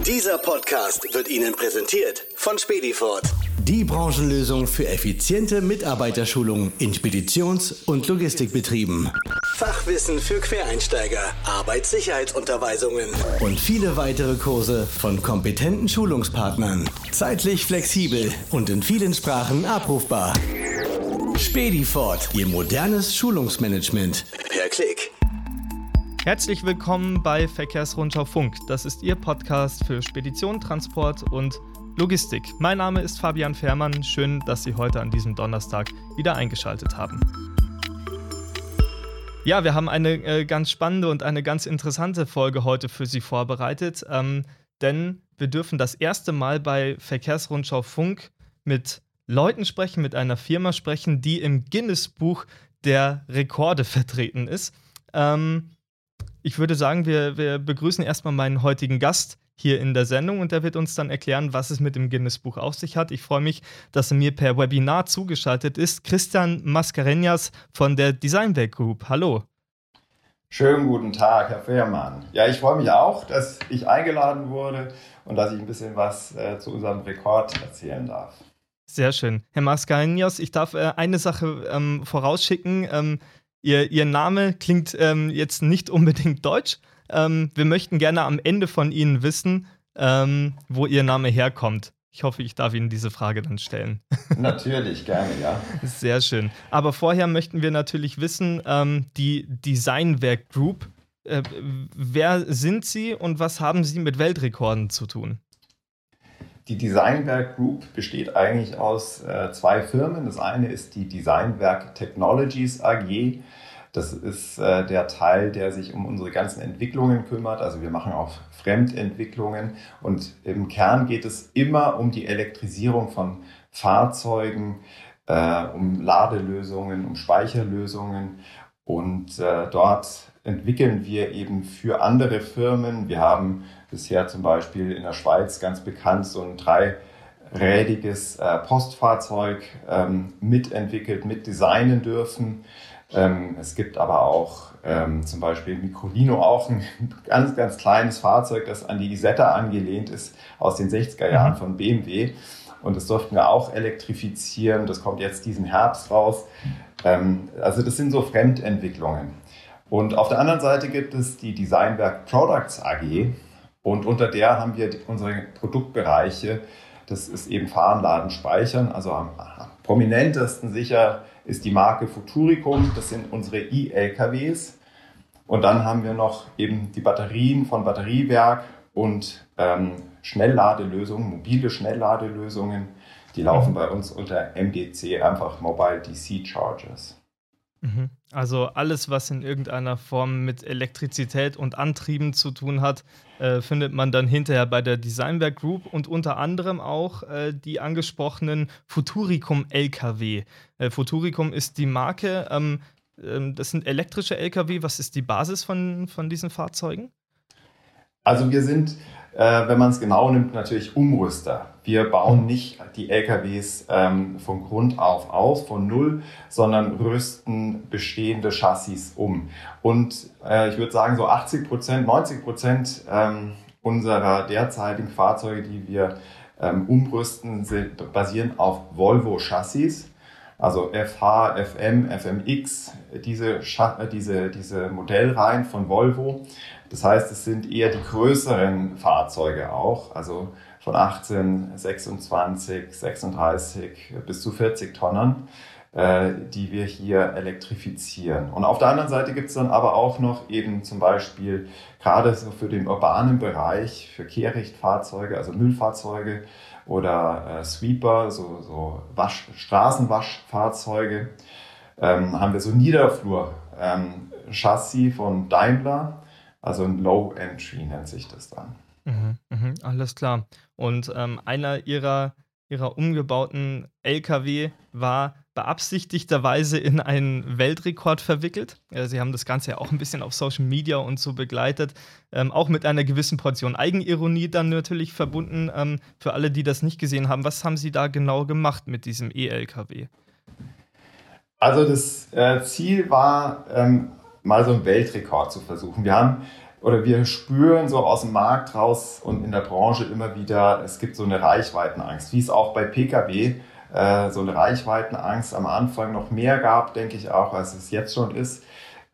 Dieser Podcast wird Ihnen präsentiert von Spedifort. Die Branchenlösung für effiziente Mitarbeiterschulung in Speditions- und Logistikbetrieben. Fachwissen für Quereinsteiger, Arbeitssicherheitsunterweisungen und viele weitere Kurse von kompetenten Schulungspartnern. Zeitlich flexibel und in vielen Sprachen abrufbar. Spedifort, Ihr modernes Schulungsmanagement. Per Klick. Herzlich willkommen bei Verkehrsrundschau Funk. Das ist Ihr Podcast für Spedition, Transport und Logistik. Mein Name ist Fabian Fährmann. Schön, dass Sie heute an diesem Donnerstag wieder eingeschaltet haben. Ja, wir haben eine ganz spannende und eine ganz interessante Folge heute für Sie vorbereitet, denn wir dürfen das erste Mal bei Verkehrsrundschau Funk mit Leuten sprechen, mit einer Firma sprechen, die im Guinness-Buch der Rekorde vertreten ist. Ich würde sagen, wir begrüßen erstmal meinen heutigen Gast hier in der Sendung und der wird uns dann erklären, was es mit dem Guinness-Buch auf sich hat. Ich freue mich, dass er mir per Webinar zugeschaltet ist. Christian Mascarenhas von der Designwerk Group. Hallo. Schönen guten Tag, Herr Fährmann. Ja, ich freue mich auch, dass ich eingeladen wurde und dass ich ein bisschen was zu unserem Rekord erzählen darf. Sehr schön. Herr Mascarenhas, ich darf eine Sache vorausschicken. Ihr Name klingt jetzt nicht unbedingt deutsch. Wir möchten gerne am Ende von Ihnen wissen, wo Ihr Name herkommt. Ich hoffe, ich darf Ihnen diese Frage dann stellen. Natürlich, gerne, ja. Sehr schön. Aber vorher möchten wir natürlich wissen, die Designwerk Group, wer sind Sie und was haben Sie mit Weltrekorden zu tun? Die Designwerk Group besteht eigentlich aus zwei Firmen. Das eine ist die Designwerk Technologies AG. Das ist der Teil, der sich um unsere ganzen Entwicklungen kümmert. Also wir machen auch Fremdentwicklungen. Und im Kern geht es immer um die Elektrisierung von Fahrzeugen, um Ladelösungen, um Speicherlösungen. Und dort entwickeln wir eben für andere Firmen. Wir haben bisher zum Beispiel in der Schweiz ganz bekannt so ein dreirädiges Postfahrzeug mitentwickelt, mitdesignen dürfen. Es gibt aber auch zum Beispiel Microlino, auch ein ganz, ganz kleines Fahrzeug, das an die Isetta angelehnt ist, aus den 60er Jahren von BMW. Und das durften wir auch elektrifizieren. Das kommt jetzt diesen Herbst raus. Also das sind so Fremdentwicklungen. Und auf der anderen Seite gibt es die Designwerk Products AG. Und unter der haben wir unsere Produktbereiche. Das ist eben Fahren, Laden, Speichern. Also am prominentesten sicher ist die Marke Futuricum. Das sind unsere E-LKWs. Und dann haben wir noch eben die Batterien von Batteriewerk und Schnellladelösungen, mobile Schnellladelösungen. Die laufen bei uns unter MDC, einfach Mobile DC Chargers. Also alles, was in irgendeiner Form mit Elektrizität und Antrieben zu tun hat, findet man dann hinterher bei der Designwerk Group und unter anderem auch die angesprochenen Futuricum LKW. Futuricum ist die Marke, das sind elektrische LKW. Was ist die Basis von diesen Fahrzeugen? Also wir sind, wenn man es genau nimmt, natürlich Umrüster. Wir bauen nicht die LKWs von Grund auf, von null, sondern rüsten bestehende Chassis um. Und ich würde sagen, so 80%, 90% unserer derzeitigen Fahrzeuge, die wir umrüsten, basieren auf Volvo-Chassis. Also FH, FM, FMX, diese Modellreihen von Volvo. Das heißt, es sind eher die größeren Fahrzeuge auch, also von 18, 26, 36 bis zu 40 Tonnen, die wir hier elektrifizieren. Und auf der anderen Seite gibt es dann aber auch noch eben zum Beispiel gerade so für den urbanen Bereich, für Kehrichtfahrzeuge, also Müllfahrzeuge oder Sweeper, so Straßenwaschfahrzeuge, haben wir so Niederflur-Chassis von Daimler. Also ein Low Entry nennt sich das dann. Alles klar. Und einer ihrer umgebauten LKW war beabsichtigterweise in einen Weltrekord verwickelt. Sie haben das Ganze ja auch ein bisschen auf Social Media und so begleitet. Auch mit einer gewissen Portion Eigenironie dann natürlich verbunden. Für alle, die das nicht gesehen haben, was haben Sie da genau gemacht mit diesem E-LKW? Also das Ziel war, mal so einen Weltrekord zu versuchen. Wir haben oder wir spüren so aus dem Markt raus und in der Branche immer wieder, es gibt so eine Reichweitenangst, wie es auch bei Pkw so eine Reichweitenangst am Anfang noch mehr gab, denke ich auch, als es jetzt schon ist.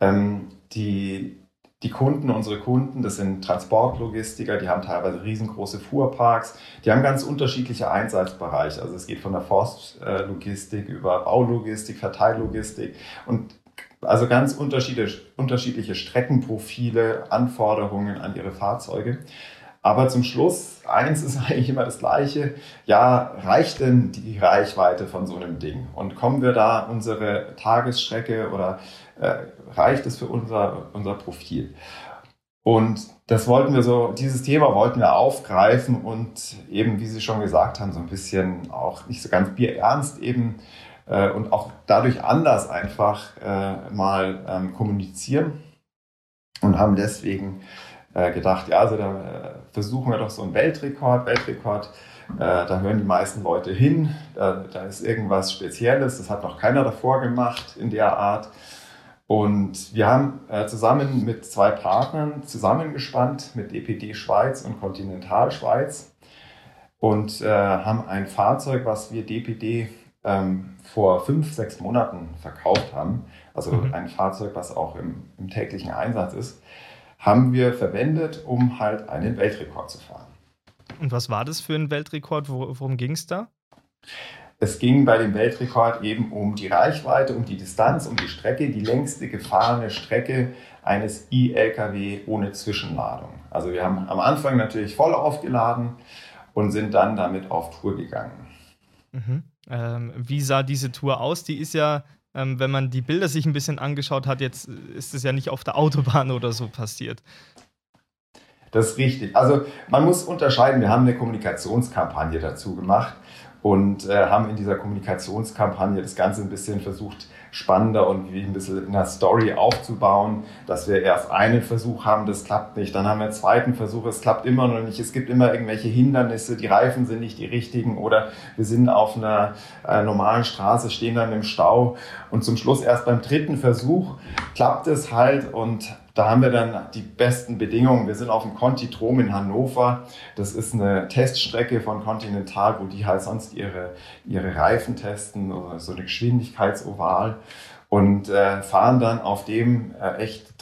Die Kunden, unsere Kunden, das sind Transportlogistiker, die haben teilweise riesengroße Fuhrparks, die haben ganz unterschiedliche Einsatzbereiche. Also es geht von der Forstlogistik über Baulogistik, Verteillogistik und also ganz unterschiedliche Streckenprofile, Anforderungen an ihre Fahrzeuge. Aber zum Schluss, eins ist eigentlich immer das Gleiche, ja, reicht denn die Reichweite von so einem Ding? Und kommen wir da unsere Tagesstrecke oder reicht es für unser Profil? Und dieses Thema wollten wir aufgreifen und eben, wie Sie schon gesagt haben, so ein bisschen auch nicht so ganz bierernst eben und auch dadurch anders einfach mal kommunizieren und haben deswegen gedacht, ja, also da versuchen wir doch so einen Weltrekord, da hören die meisten Leute hin, da ist irgendwas Spezielles, das hat noch keiner davor gemacht in der Art. Und wir haben zusammen mit 2 Partnern zusammengespannt, mit DPD Schweiz und Continental Schweiz und haben ein Fahrzeug, was wir DPD vor 5-6 Monaten verkauft haben, also ein Fahrzeug, was auch im täglichen Einsatz ist, haben wir verwendet, um halt einen Weltrekord zu fahren. Und was war das für ein Weltrekord? Worum ging es da? Es ging bei dem Weltrekord eben um die Reichweite, um die Distanz, um die Strecke, die längste gefahrene Strecke eines E-Lkw ohne Zwischenladung. Also wir haben am Anfang natürlich voll aufgeladen und sind dann damit auf Tour gegangen. Wie sah diese Tour aus? Die ist ja, wenn man die Bilder sich ein bisschen angeschaut hat, jetzt ist es ja nicht auf der Autobahn oder so passiert. Das ist richtig. Also man muss unterscheiden, wir haben eine Kommunikationskampagne dazu gemacht und haben in dieser Kommunikationskampagne das Ganze ein bisschen versucht, spannender und wie ein bisschen in einer Story aufzubauen, dass wir erst einen Versuch haben, das klappt nicht, dann haben wir einen zweiten Versuch, es klappt immer noch nicht, es gibt immer irgendwelche Hindernisse, die Reifen sind nicht die richtigen oder wir sind auf einer normalen Straße, stehen dann im Stau und zum Schluss erst beim 3. Versuch klappt es halt und da haben wir dann die besten Bedingungen. Wir sind auf dem Contitrom in Hannover. Das ist eine Teststrecke von Continental, wo die halt sonst ihre Reifen testen, oder so eine Geschwindigkeitsoval. Und fahren dann auf dem echt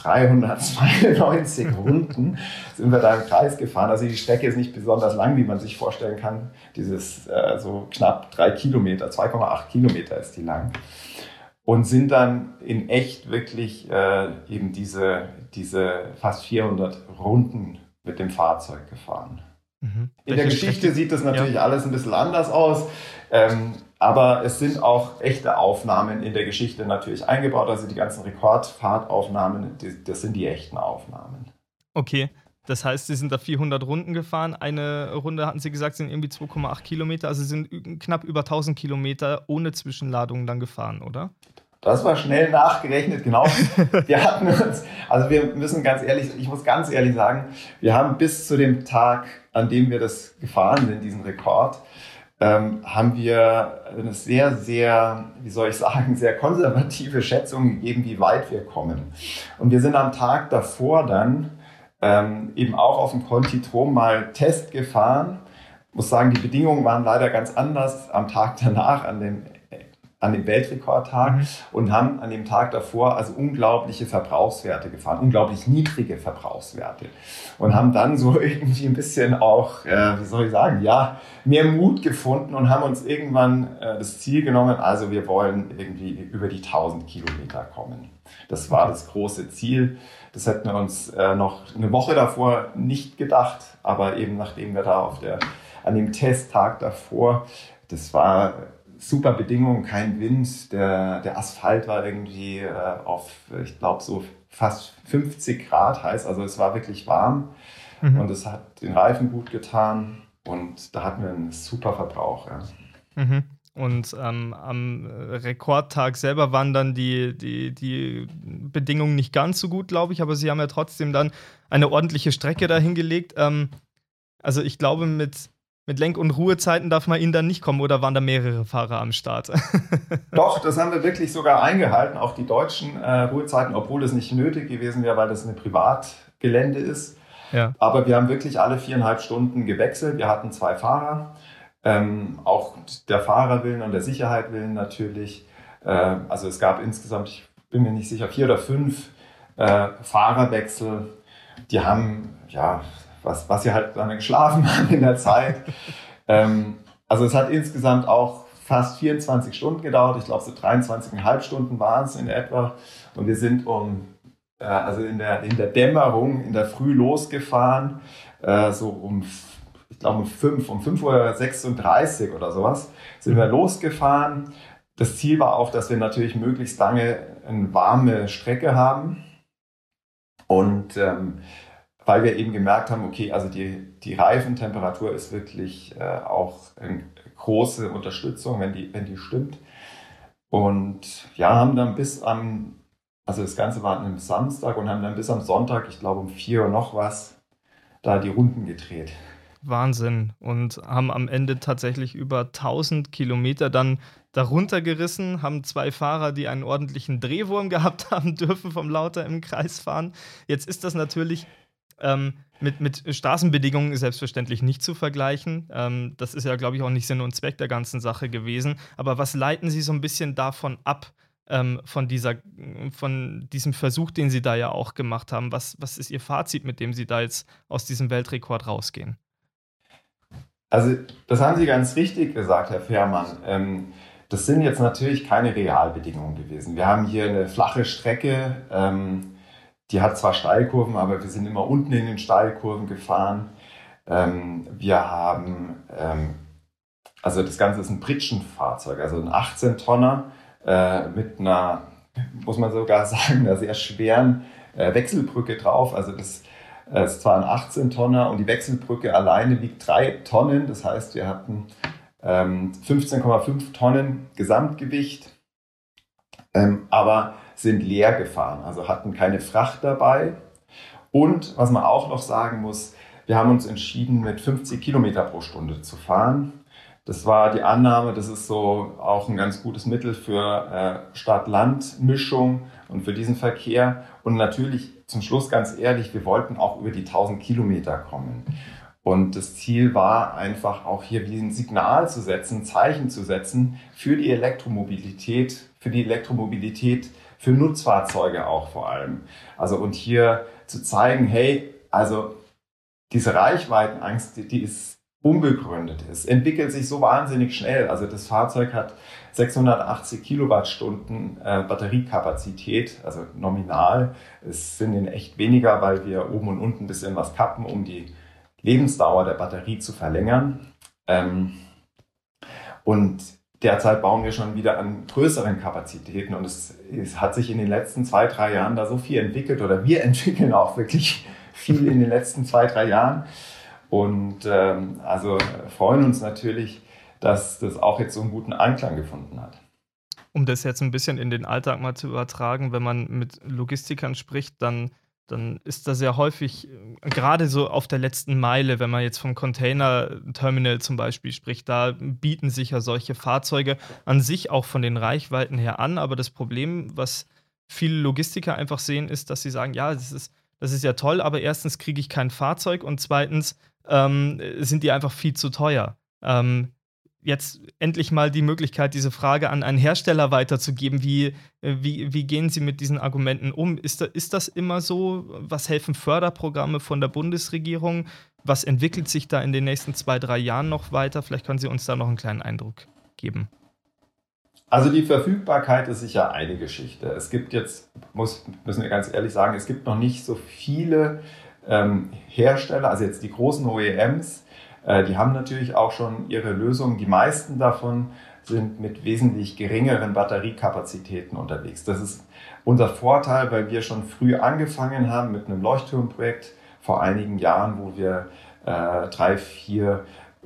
392 Runden, sind wir da im Kreis gefahren. Also die Strecke ist nicht besonders lang, wie man sich vorstellen kann. Dieses so knapp 3 Kilometer, 2,8 Kilometer ist die lang. Und sind dann in echt wirklich eben diese fast 400 Runden mit dem Fahrzeug gefahren. In der Geschichte sieht das natürlich alles ein bisschen anders aus, aber es sind auch echte Aufnahmen in der Geschichte natürlich eingebaut. Also die ganzen Rekordfahrtaufnahmen, das sind die echten Aufnahmen. Okay, das heißt, Sie sind da 400 Runden gefahren. Eine Runde, hatten Sie gesagt, sind irgendwie 2,8 Kilometer. Also Sie sind knapp über 1000 Kilometer ohne Zwischenladungen dann gefahren, oder? Das war schnell nachgerechnet, genau. Wir hatten uns, also wir müssen ganz ehrlich, ich muss ganz ehrlich sagen, wir haben bis zu dem Tag, an dem wir das gefahren sind, diesen Rekord, haben wir eine sehr, sehr, wie soll ich sagen, sehr konservative Schätzung gegeben, wie weit wir kommen. Und wir sind am Tag davor dann eben auch auf dem Contitrom mal Test gefahren. Ich muss sagen, die Bedingungen waren leider ganz anders am Tag danach, an dem Weltrekordtag und haben an dem Tag davor also unglaubliche Verbrauchswerte gefahren, unglaublich niedrige Verbrauchswerte und haben dann so irgendwie ein bisschen auch, wie soll ich sagen, ja, mehr Mut gefunden und haben uns irgendwann das Ziel genommen, also wir wollen irgendwie über die 1000 Kilometer kommen. Das war das große Ziel. Das hätten wir uns noch eine Woche davor nicht gedacht, aber eben nachdem wir da an dem Testtag davor, das war super Bedingungen, kein Wind, der Asphalt war irgendwie auf, ich glaube, so fast 50 Grad heiß, also es war wirklich warm und es hat den Reifen gut getan und da hatten wir einen super Verbrauch. Ja. Und am Rekordtag selber waren dann die Bedingungen nicht ganz so gut, glaube ich, aber Sie haben ja trotzdem dann eine ordentliche Strecke dahingelegt. Also ich glaube, mit Lenk- und Ruhezeiten darf man Ihnen dann nicht kommen, oder waren da mehrere Fahrer am Start? Doch, das haben wir wirklich sogar eingehalten, auch die deutschen Ruhezeiten, obwohl es nicht nötig gewesen wäre, weil das eine Gelände ist. Ja. Aber wir haben wirklich alle 4,5 Stunden gewechselt. Wir hatten 2 Fahrer, auch der Fahrer willen und der Sicherheit willen natürlich. Also es gab insgesamt, ich bin mir nicht sicher, 4 oder 5 Fahrerwechsel. Die haben, ja, was sie halt dann geschlafen haben in der Zeit. Also es hat insgesamt auch fast 24 Stunden gedauert. Ich glaube, so 23,5 Stunden waren es in etwa. Und wir sind also in der Dämmerung, in der Früh losgefahren, so ich glaube um 5:36 Uhr oder sowas, sind wir losgefahren. Das Ziel war auch, dass wir natürlich möglichst lange eine warme Strecke haben. Und weil wir eben gemerkt haben, okay, also die Reifentemperatur ist wirklich auch eine große Unterstützung, wenn die stimmt. Und ja, haben dann also das Ganze war an einem Samstag und haben dann bis am Sonntag, ich glaube um 4 Uhr noch was, da die Runden gedreht. Wahnsinn. Und haben am Ende tatsächlich über 1000 Kilometer dann darunter gerissen, haben 2 Fahrer, die einen ordentlichen Drehwurm gehabt haben dürfen, vom Lauter im Kreis fahren. Jetzt ist das natürlich mit Straßenbedingungen selbstverständlich nicht zu vergleichen. Das ist ja, glaube ich, auch nicht Sinn und Zweck der ganzen Sache gewesen. Aber was leiten Sie so ein bisschen davon ab, von diesem Versuch, den Sie da ja auch gemacht haben? Was ist Ihr Fazit, mit dem Sie da jetzt aus diesem Weltrekord rausgehen? Also das haben Sie ganz richtig gesagt, Herr Fährmann. Das sind jetzt natürlich keine Realbedingungen gewesen. Wir haben hier eine flache Strecke, die hat zwar Steilkurven, aber wir sind immer unten in den Steilkurven gefahren. Wir haben, also das Ganze ist ein Pritschenfahrzeug, also ein 18-Tonner mit einer, muss man sogar sagen, einer sehr schweren Wechselbrücke drauf. Also das ist zwar ein 18-Tonner und die Wechselbrücke alleine wiegt 3 Tonnen. Das heißt, wir hatten 15,5 Tonnen Gesamtgewicht, aber sind leer gefahren, also hatten keine Fracht dabei. Und was man auch noch sagen muss, wir haben uns entschieden, mit 50 Kilometer pro Stunde zu fahren. Das war die Annahme, das ist so auch ein ganz gutes Mittel für Stadt-Land-Mischung und für diesen Verkehr. Und natürlich zum Schluss ganz ehrlich, wir wollten auch über die 1000 Kilometer kommen. Und das Ziel war einfach auch hier wie ein Signal zu setzen, ein Zeichen zu setzen für die Elektromobilität, für Nutzfahrzeuge auch vor allem. Also und hier zu zeigen, hey, also diese Reichweitenangst, die ist unbegründet. Es entwickelt sich so wahnsinnig schnell. Also das Fahrzeug hat 680 Kilowattstunden Batteriekapazität, also nominal. Es sind in echt weniger, weil wir oben und unten ein bisschen was kappen, um die Lebensdauer der Batterie zu verlängern. Und derzeit bauen wir schon wieder an größeren Kapazitäten und es hat sich in den letzten 2-3 Jahren da so viel entwickelt oder wir entwickeln auch wirklich viel in den letzten 2-3 Jahren und also freuen uns natürlich, dass das auch jetzt so einen guten Anklang gefunden hat. Um das jetzt ein bisschen in den Alltag mal zu übertragen, wenn man mit Logistikern spricht, dann ist das ja häufig, gerade so auf der letzten Meile, wenn man jetzt vom Container-Terminal zum Beispiel spricht, da bieten sich ja solche Fahrzeuge an sich auch von den Reichweiten her an. Aber das Problem, was viele Logistiker einfach sehen, ist, dass sie sagen, ja, das ist ja toll, aber erstens kriege ich kein Fahrzeug und zweitens sind die einfach viel zu teuer. Jetzt endlich mal die Möglichkeit, diese Frage an einen Hersteller weiterzugeben. Wie gehen Sie mit diesen Argumenten um? Ist das immer so? Was helfen Förderprogramme von der Bundesregierung? Was entwickelt sich da in den nächsten 2-3 Jahren noch weiter? Vielleicht können Sie uns da noch einen kleinen Eindruck geben. Also die Verfügbarkeit ist sicher eine Geschichte. Es gibt jetzt, müssen wir ganz ehrlich sagen, es gibt noch nicht so viele Hersteller, also jetzt die großen OEMs, die haben natürlich auch schon ihre Lösungen. Die meisten davon sind mit wesentlich geringeren Batteriekapazitäten unterwegs. Das ist unser Vorteil, weil wir schon früh angefangen haben mit einem Leuchtturmprojekt vor einigen Jahren, wo wir 3-4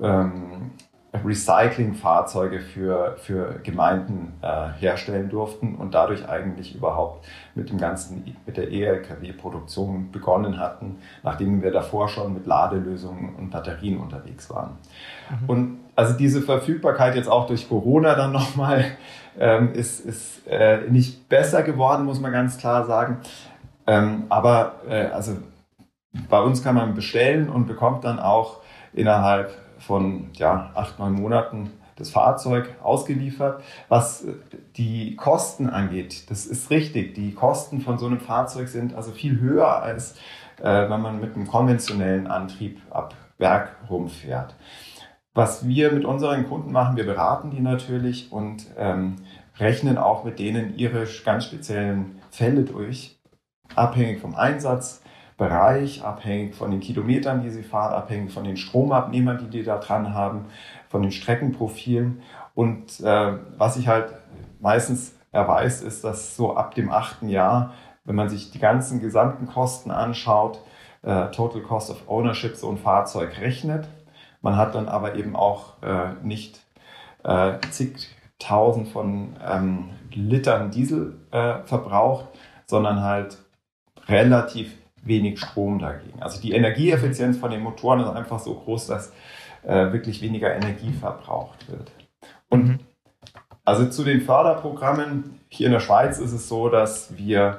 Recyclingfahrzeuge für Gemeinden herstellen durften und dadurch eigentlich überhaupt mit der E-Lkw-Produktion begonnen hatten, nachdem wir davor schon mit Ladelösungen und Batterien unterwegs waren. Mhm. Und also diese Verfügbarkeit jetzt auch durch Corona dann nochmal ist nicht besser geworden, muss man ganz klar sagen. Aber also bei uns kann man bestellen und bekommt dann auch innerhalb von 8-9 Monaten das Fahrzeug ausgeliefert. Was die Kosten angeht, das ist richtig. Die Kosten von so einem Fahrzeug sind also viel höher, als wenn man mit einem konventionellen Antrieb ab Werk rumfährt. Was wir mit unseren Kunden machen, wir beraten die natürlich und rechnen auch mit denen ihre ganz speziellen Fälle durch, abhängig vom Einsatzbereich, abhängig von den Kilometern, die sie fahren, abhängig von den Stromabnehmern, die da dran haben, von den Streckenprofilen. Und was ich halt meistens weiß, ist, dass so ab dem 8. Jahr, wenn man sich die ganzen gesamten Kosten anschaut, Total Cost of Ownership so ein Fahrzeug rechnet. Man hat dann aber eben auch nicht zigtausend von Litern Diesel verbraucht, sondern halt relativ wenig Strom dagegen. Also die Energieeffizienz von den Motoren ist einfach so groß, dass wirklich weniger Energie verbraucht wird. Und also zu den Förderprogrammen, hier in der Schweiz ist es so, dass wir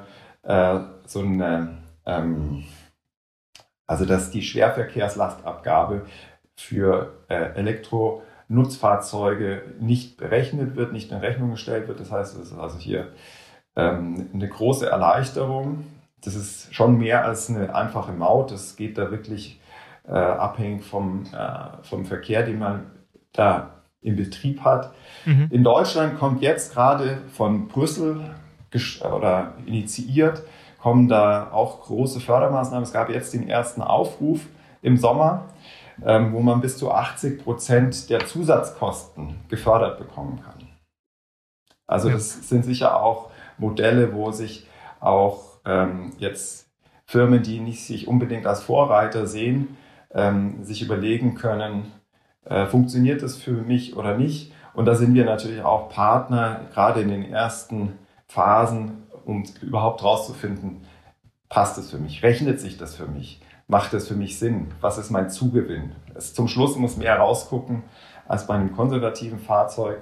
dass die Schwerverkehrslastabgabe für Elektronutzfahrzeuge nicht berechnet wird, nicht in Rechnung gestellt wird. Das heißt, es ist also hier eine große Erleichterung. Das ist schon mehr als eine einfache Maut. Das geht da wirklich abhängig vom Verkehr, den man da im Betrieb hat. In Deutschland kommt jetzt gerade von Brüssel initiiert, kommen da auch große Fördermaßnahmen. Es gab jetzt den ersten Aufruf im Sommer, wo man bis zu 80% der Zusatzkosten gefördert bekommen kann. Also das sind sicher auch Modelle, wo sich auch jetzt Firmen, die nicht sich unbedingt als Vorreiter sehen, sich überlegen können, funktioniert das für mich oder nicht? Und da sind wir natürlich auch Partner, gerade in den ersten Phasen, um überhaupt rauszufinden, passt es für mich, rechnet sich das für mich, macht es für mich Sinn, was ist mein Zugewinn? Zum Schluss muss mehr rausgucken als bei einem konservativen Fahrzeug.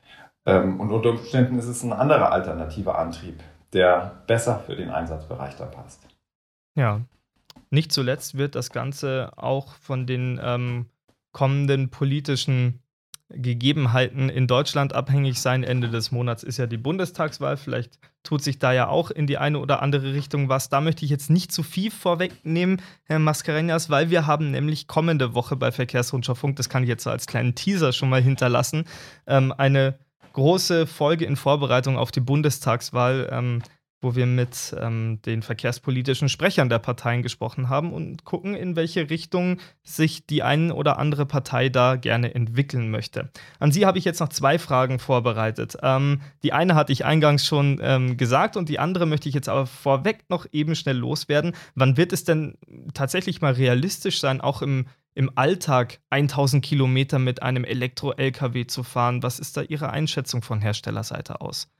Und unter Umständen ist es ein anderer alternativer Antrieb, der besser für den Einsatzbereich da passt. Ja, nicht zuletzt wird das Ganze auch von den kommenden politischen Gegebenheiten in Deutschland abhängig sein. Ende des Monats ist ja die Bundestagswahl. Vielleicht tut sich da ja auch in die eine oder andere Richtung was. Da möchte ich jetzt nicht zu viel vorwegnehmen, Herr Mascarenhas, weil wir haben nämlich kommende Woche bei Verkehrsrundschau Funk, das kann ich jetzt so als kleinen Teaser schon mal hinterlassen, eine große Folge in Vorbereitung auf die Bundestagswahl, wo wir mit den verkehrspolitischen Sprechern der Parteien gesprochen haben und gucken, in welche Richtung sich die eine oder andere Partei da gerne entwickeln möchte. An Sie habe ich jetzt noch 2 Fragen vorbereitet. Die eine hatte ich eingangs schon gesagt und die andere möchte ich jetzt aber vorweg noch eben schnell loswerden. Wann wird es denn tatsächlich mal realistisch sein, auch im Alltag 1000 Kilometer mit einem Elektro-LKW zu fahren? Was ist da Ihre Einschätzung von Herstellerseite aus?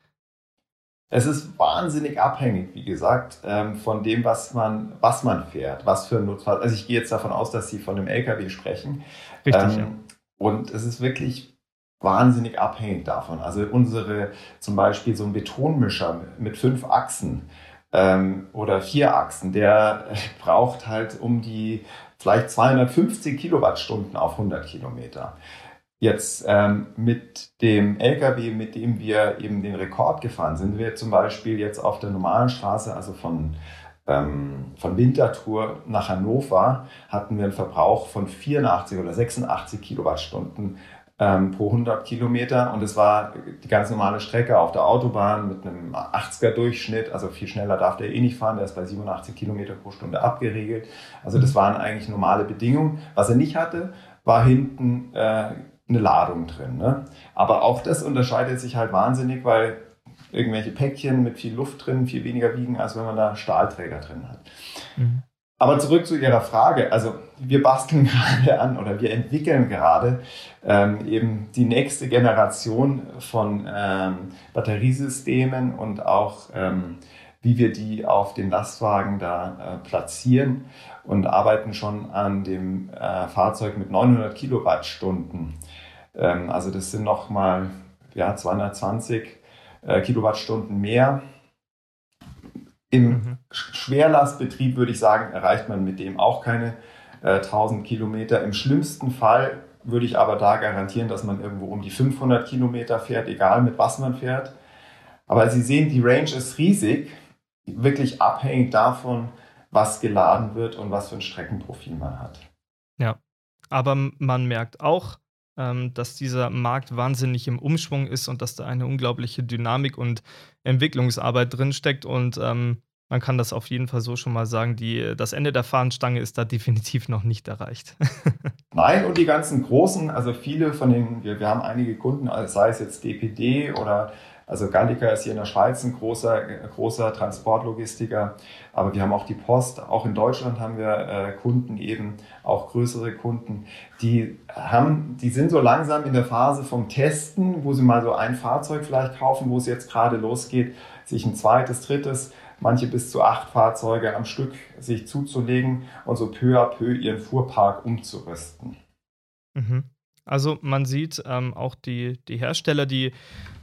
Es ist wahnsinnig abhängig, wie gesagt, von dem, was man fährt, was für ein Nutzfahrzeug. Also ich gehe jetzt davon aus, dass Sie von einem LKW sprechen. Richtig, ja. Und es ist wirklich wahnsinnig abhängig davon. Also zum Beispiel so ein Betonmischer mit 5 Achsen oder 4 Achsen, der braucht halt um die vielleicht 250 Kilowattstunden auf 100 Kilometer. Jetzt mit dem LKW, mit dem wir eben den Rekord gefahren sind, wir zum Beispiel jetzt auf der normalen Straße, also von Winterthur nach Hannover, hatten wir einen Verbrauch von 84 oder 86 Kilowattstunden pro 100 Kilometer. Und es war die ganz normale Strecke auf der Autobahn mit einem 80er Durchschnitt. Also viel schneller darf der eh nicht fahren, der ist bei 87 Kilometer pro Stunde abgeregelt. Also das waren eigentlich normale Bedingungen. Was er nicht hatte, war hinten eine Ladung drin. Ne? Aber auch das unterscheidet sich halt wahnsinnig, weil irgendwelche Päckchen mit viel Luft drin viel weniger wiegen, als wenn man da Stahlträger drin hat. Mhm. Aber zurück zu Ihrer Frage. Also wir basteln gerade an oder wir entwickeln gerade eben die nächste Generation von Batteriesystemen und auch wie wir die auf den Lastwagen da platzieren und arbeiten schon an dem Fahrzeug mit 900 Kilowattstunden. Also das sind nochmal 220 Kilowattstunden mehr. Im Schwerlastbetrieb würde ich sagen, erreicht man mit dem auch keine 1000 Kilometer. Im schlimmsten Fall würde ich aber da garantieren, dass man irgendwo um die 500 Kilometer fährt, egal mit was man fährt. Aber Sie sehen, die Range ist riesig, wirklich abhängig davon, was geladen wird und was für ein Streckenprofil man hat. Ja, aber man merkt auch, dass dieser Markt wahnsinnig im Umschwung ist und dass da eine unglaubliche Dynamik und Entwicklungsarbeit drinsteckt. Und man kann das auf jeden Fall so schon mal sagen, das Ende der Fahnenstange ist da definitiv noch nicht erreicht. Nein, und die ganzen großen, also viele von den, wir haben einige Kunden, sei es jetzt DPD oder also Gallica ist hier in der Schweiz ein großer Transportlogistiker, aber wir haben auch die Post, auch in Deutschland haben wir Kunden eben, auch größere Kunden, die sind so langsam in der Phase vom Testen, wo sie mal so ein Fahrzeug vielleicht kaufen, wo es jetzt gerade losgeht, sich ein zweites, drittes, manche bis zu 8 Fahrzeuge am Stück sich zuzulegen und so peu à peu ihren Fuhrpark umzurüsten. Also man sieht auch die Hersteller, die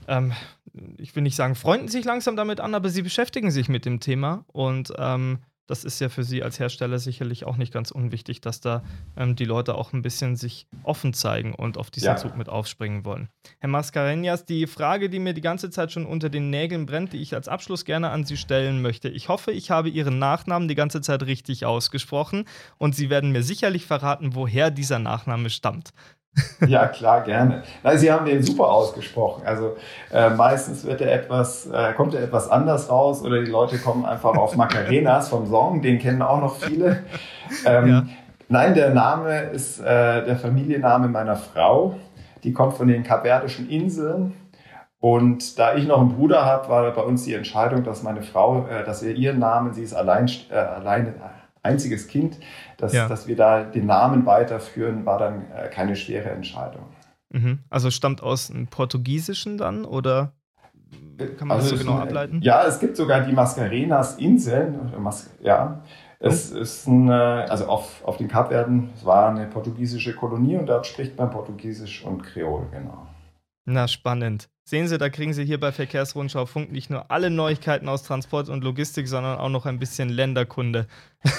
ich will nicht sagen, freunden sich langsam damit an, aber sie beschäftigen sich mit dem Thema und das ist ja für Sie als Hersteller sicherlich auch nicht ganz unwichtig, dass da die Leute auch ein bisschen sich offen zeigen und auf diesen Zug mit aufspringen wollen. Herr Mascarenhas, die Frage, die mir die ganze Zeit schon unter den Nägeln brennt, die ich als Abschluss gerne an Sie stellen möchte. Ich hoffe, ich habe Ihren Nachnamen die ganze Zeit richtig ausgesprochen und Sie werden mir sicherlich verraten, woher dieser Nachname stammt. Ja, klar, gerne. Nein, Sie haben den super ausgesprochen. Also meistens kommt er etwas anders raus oder die Leute kommen einfach auf Macarenas vom Song, den kennen auch noch viele. Nein, der Name ist der Familienname meiner Frau. Die kommt von den Kapverdischen Inseln. Und da ich noch einen Bruder habe, war bei uns die Entscheidung, dass meine Frau, dass wir ihren Namen, sie ist alleine einziges Kind, dass wir da den Namen weiterführen, war dann keine schwere Entscheidung. Also stammt aus dem Portugiesischen dann, oder kann man das so genau ableiten? Ja, es gibt sogar die Mascarenas-Inseln. Es ist also auf den Kapverden, es war eine portugiesische Kolonie und dort spricht man Portugiesisch und Kreol, genau. Na, spannend. Sehen Sie, da kriegen Sie hier bei Verkehrsrundschau Funk nicht nur alle Neuigkeiten aus Transport und Logistik, sondern auch noch ein bisschen Länderkunde.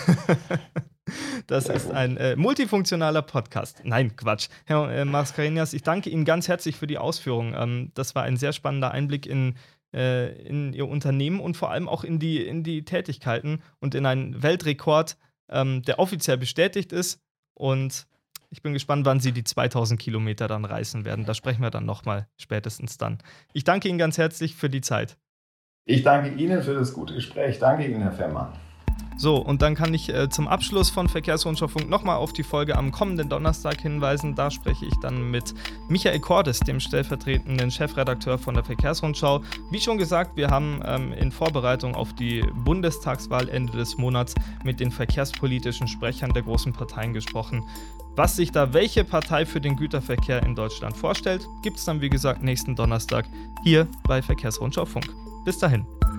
Das ist ein multifunktionaler Podcast. Nein, Quatsch. Herr Mascarenhas, ich danke Ihnen ganz herzlich für die Ausführungen. Das war ein sehr spannender Einblick in Ihr Unternehmen und vor allem auch in die Tätigkeiten und in einen Weltrekord, der offiziell bestätigt ist. Und ich bin gespannt, wann Sie die 2000 Kilometer dann reißen werden. Da sprechen wir dann nochmal spätestens dann. Ich danke Ihnen ganz herzlich für die Zeit. Ich danke Ihnen für das gute Gespräch. Danke Ihnen, Herr Fährmann. So, und dann kann ich zum Abschluss von Verkehrsrundschau Funk nochmal auf die Folge am kommenden Donnerstag hinweisen. Da spreche ich dann mit Michael Cordes, dem stellvertretenden Chefredakteur von der Verkehrsrundschau. Wie schon gesagt, wir haben in Vorbereitung auf die Bundestagswahl Ende des Monats mit den verkehrspolitischen Sprechern der großen Parteien gesprochen. Was sich da welche Partei für den Güterverkehr in Deutschland vorstellt, gibt es dann wie gesagt nächsten Donnerstag hier bei Verkehrsrundschau Funk. Bis dahin.